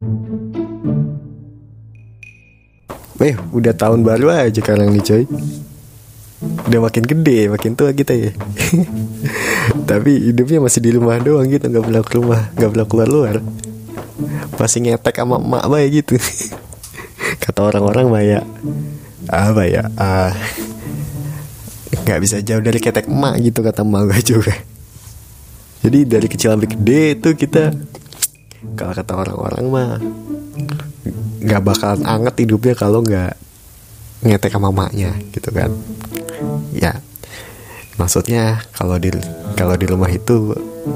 Udah tahun baru aja sekarang nih coy. Udah makin gede, makin tua kita ya. Tapi hidupnya masih di rumah doang gitu, gak pernah ke rumah, gak pernah keluar-luar. Masih ngetek sama emak baik gitu. Kata orang-orang mah ya, apa ya, gak bisa jauh dari ketek emak gitu kata emak gue juga. Jadi dari kecil sampai gede tuh kita, kalau kata orang-orang mah gak bakalan anget hidupnya kalau gak ngetek sama emaknya gitu kan. Ya maksudnya kalau di rumah itu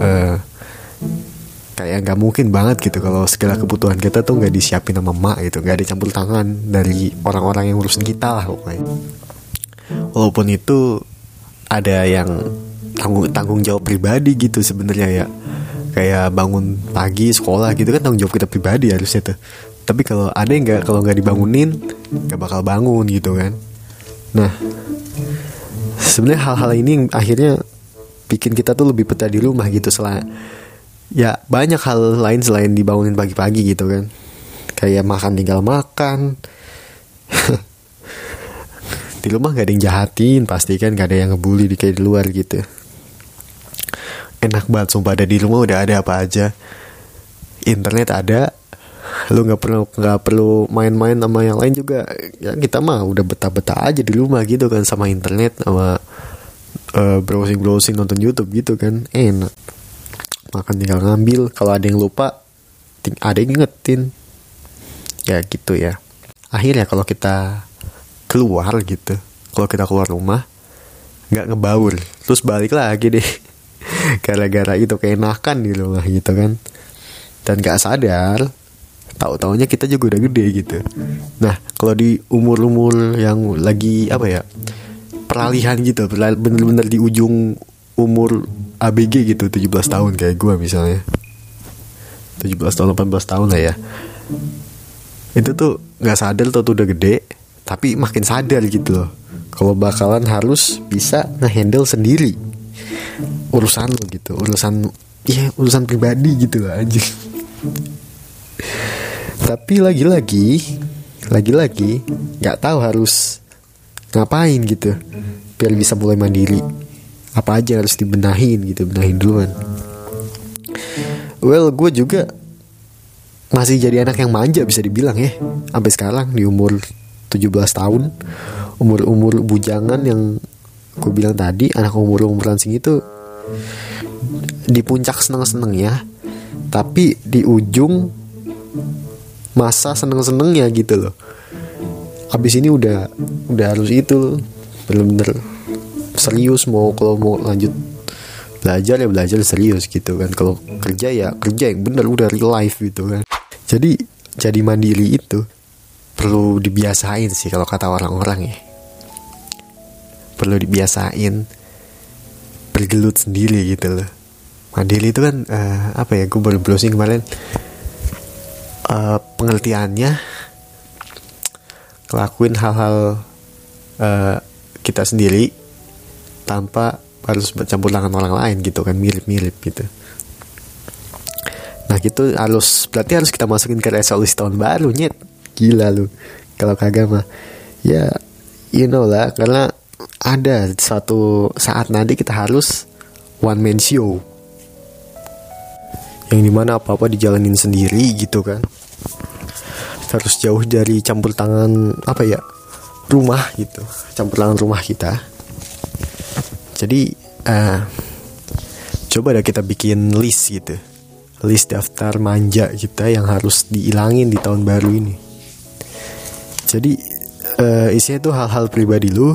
kayak nggak mungkin banget gitu kalau segala kebutuhan kita tuh nggak disiapin sama emak gitu, nggak ada campur tangan dari orang-orang yang ngurusin kita lah pokoknya. Walaupun itu ada yang tanggung jawab pribadi gitu sebenarnya ya, kayak bangun pagi sekolah gitu kan tanggung jawab kita pribadi harusnya tuh. Tapi kalau ada yang nggak dibangunin nggak bakal bangun gitu kan. Nah sebenarnya hal-hal ini yang akhirnya bikin kita tuh lebih betah di rumah gitu. Ya banyak hal lain selain dibangunin pagi-pagi gitu kan. Kayak makan tinggal makan. Di rumah gak ada yang jahatin pasti kan, gak ada yang ngebully kayak di luar gitu. Enak banget sumpah, ada di rumah udah ada apa aja. Internet ada, lu nggak perlu main-main sama yang lain juga. Ya kita mah udah betah-betah aja di rumah gitu kan, sama internet, sama browsing nonton YouTube gitu kan, enak. Makan tinggal ngambil, kalau ada yang lupa ada yang ngingetin. Ya gitu ya. Akhirnya kalau kita keluar gitu, kalau kita keluar rumah nggak ngebaur, terus balik lagi deh gara-gara itu keenakan di rumah gitu kan. Dan nggak sadar tahu-taunya kita juga udah gede gitu. Nah kalau di umur-umur yang lagi apa ya, peralihan gitu, bener-bener di ujung umur ABG gitu, 17 tahun kayak gue misalnya, 17 tahun 18 tahun lah ya, itu tuh gak sadar tuh udah gede, tapi makin sadar gitu loh kalau bakalan harus bisa nge-handle sendiri urusan lo gitu, urusan pribadi gitu lah anjir. Tapi lagi-lagi nggak tahu harus ngapain gitu biar bisa mulai mandiri. Apa aja harus benahin duluan. Well, gue juga masih jadi anak yang manja bisa dibilang ya, sampai sekarang di umur 17 tahun, umur bujangan yang gue bilang tadi, anak umuran segitu di puncak seneng ya, tapi di ujung masa senengnya gitu loh. Abis ini udah harus itu bener-bener serius, kalau mau lanjut belajar ya belajar serius gitu kan. Kalau kerja ya kerja yang bener, udah real life gitu kan. Jadi mandiri itu perlu dibiasain sih kalau kata orang-orang ya. Perlu dibiasain bergelut sendiri gitu loh. Mandiri itu kan apa ya, gue baru browsing kemarin, pengertiannya ngelakuin hal-hal kita sendiri tanpa harus bercampur tangan orang lain gitu kan, mirip-mirip gitu. Nah gitu berarti harus kita masukin ke resolusi tahun baru, nyet. Gila lu kalau kagak mah ya you know lah, karena ada suatu saat nanti kita harus one man show yang dimana apa-apa dijalanin sendiri gitu kan. Harus jauh dari campur tangan apa ya, rumah gitu, campur tangan rumah kita. Jadi coba dah kita bikin list gitu, list daftar manja kita yang harus dihilangin di tahun baru ini. Jadi isinya tuh hal-hal pribadi lu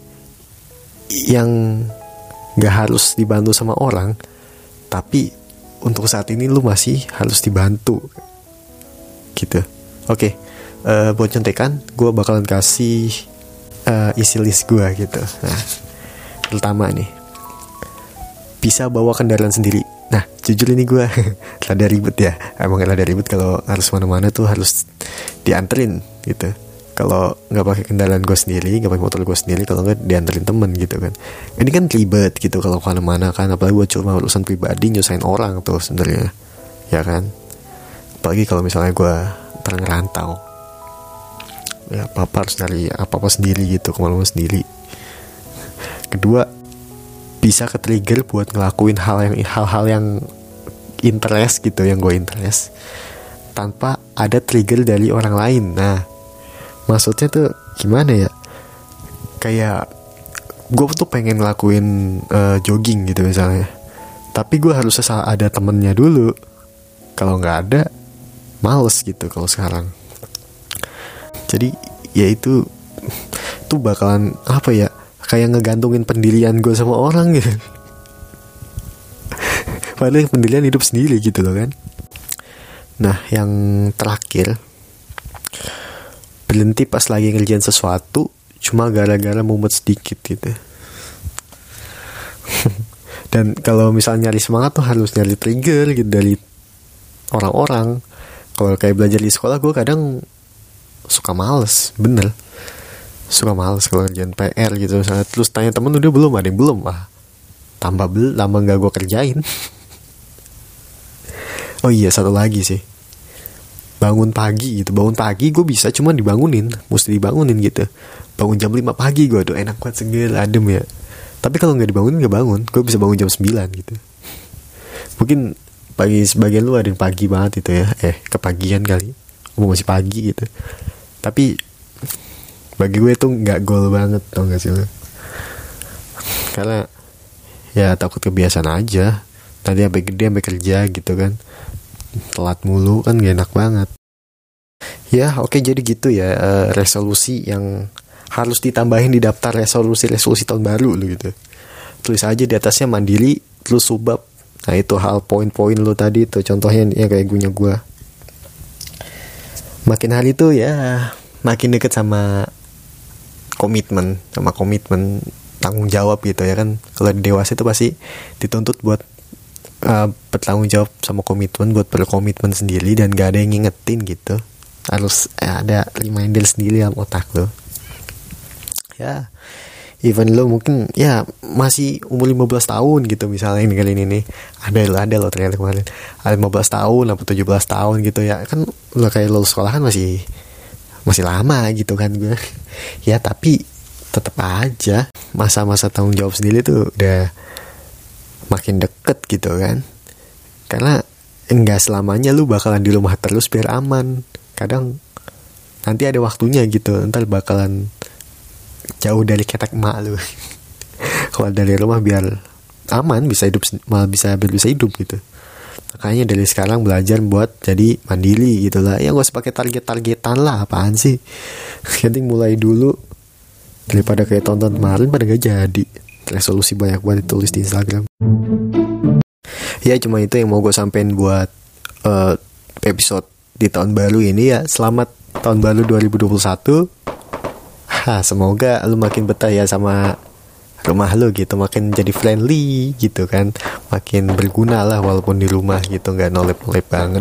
yang gak harus dibantu sama orang, tapi untuk saat ini lu masih harus dibantu gitu. Oke, buat contekan gue bakalan kasih isi list gue gitu. Nah pertama nih, bisa bawa kendaraan sendiri. Nah jujur ini gue rada ribet ya. Emang rada ribet kalau harus mana-mana tuh harus dianterin gitu. Kalau nggak pakai kendaraan gue sendiri, nggak pakai motor gue sendiri, kalau nggak dianterin temen gitu kan. Ini kan ribet gitu kalau mana-mana kan. Apalagi gue cuma urusan pribadi, nyusahin orang tuh sebenarnya, ya kan. apalagi kalau misalnya gue ngerantau, ya apa harus nyari apa sendiri gitu, kemana-mana sendiri. Kedua, bisa ke trigger buat ngelakuin hal-hal yang interest gitu, yang gue interest tanpa ada trigger dari orang lain. Nah, maksudnya tuh gimana ya, kayak gue tuh pengen ngelakuin jogging gitu misalnya, tapi gue harus ada temennya dulu. Kalau nggak ada, males gitu kalau sekarang. Jadi ya itu bakalan apa ya, kayak ngegantungin pendirian gue sama orang gitu. Padahal pendirian hidup sendiri gitu loh kan. Nah, yang terakhir, berhenti pas lagi ngerjain sesuatu cuma gara-gara mumet sedikit gitu. Dan kalau misalnya nyari semangat tuh harus nyari trigger gitu dari orang-orang. Kalau kayak belajar di sekolah, gue kadang suka males, bener suka males kalau ngerjain PR gitu misalnya. Terus tanya temen, udah belum, ada yang belum, tambah gak gue kerjain. Oh iya, satu lagi sih, bangun pagi gitu. Bangun pagi gue bisa, cuma mesti dibangunin gitu. Bangun jam 5 pagi gue, aduh enak banget, seger, adem ya. Tapi kalau gak dibangunin, gak bangun. Gue bisa bangun jam 9 gitu. Mungkin bagi sebagian lu ada yang pagi banget itu ya, kepagian kali, masih pagi gitu. Tapi bagi gue itu gak goal banget, tau gak sih lu? Karena ya takut kebiasaan aja. Nanti sampai gede, sampai kerja gitu kan, telat mulu kan gak enak banget. Ya oke, jadi gitu ya, resolusi yang harus ditambahin di daftar resolusi tahun baru lu gitu. Tulis aja di atasnya mandiri, terus subab. Nah itu hal poin-poin lu tadi tuh, contohnya ya kayak gue. Makin hari tuh ya makin deket sama komitmen tanggung jawab gitu ya kan. Kalau dewasa itu pasti dituntut buat bertanggung jawab sama komitmen, buat berkomitmen sendiri, dan gak ada yang ngingetin gitu. Harus ada reminder sendiri dalam otak lo. Ya, even lo mungkin ya masih umur 15 tahun gitu misalnya, ini kali ini ada lo ternyata kemarin ada 15 tahun atau 17 tahun gitu ya kan, lo kayak lulus sekolahan masih lama gitu kan gue. Ya tapi tetap aja masa-masa tanggung jawab sendiri tuh udah makin deket gitu kan. Karena enggak selamanya lu bakalan di rumah terus biar aman. Kadang nanti ada waktunya gitu, ntar bakalan jauh dari ketek emak lu. Kalau dari rumah biar aman, bisa hidup, malah bisa hidup gitu. Makanya dari sekarang belajar buat jadi mandiri gitu lah. Ya gak usah pakai target-targetan lah, apaan sih. Nanti mulai dulu, daripada kayak tonton kemarin pada gak jadi. Resolusi banyak banget ditulis di Instagram. Ya cuma itu yang mau gue sampein buat episode di tahun baru ini ya. Selamat tahun baru 2021. Semoga lu makin betah ya sama rumah lu gitu, makin jadi friendly gitu kan, makin berguna lah walaupun di rumah gitu, nggak nolep-nolep banget.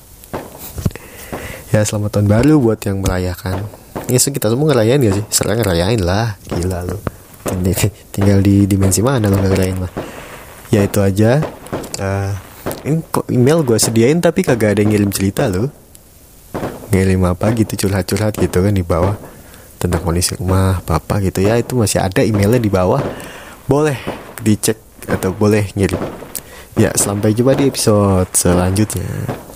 Ya selamat tahun baru buat yang merayakan. Ya kita semua ngerayain gak sih? Serang ngerayain lah, gila lu. Tinggal di dimensi mana lu ngerayain mah. Ya itu aja. Ini kok email gue sediain tapi kagak ada yang ngirim cerita lu. Ngirim apa gitu, curhat-curhat gitu kan di bawah tentang kondisi rumah bapak gitu ya. Itu masih ada emailnya di bawah, boleh dicek atau boleh ngirim. Ya sampai jumpa di episode selanjutnya.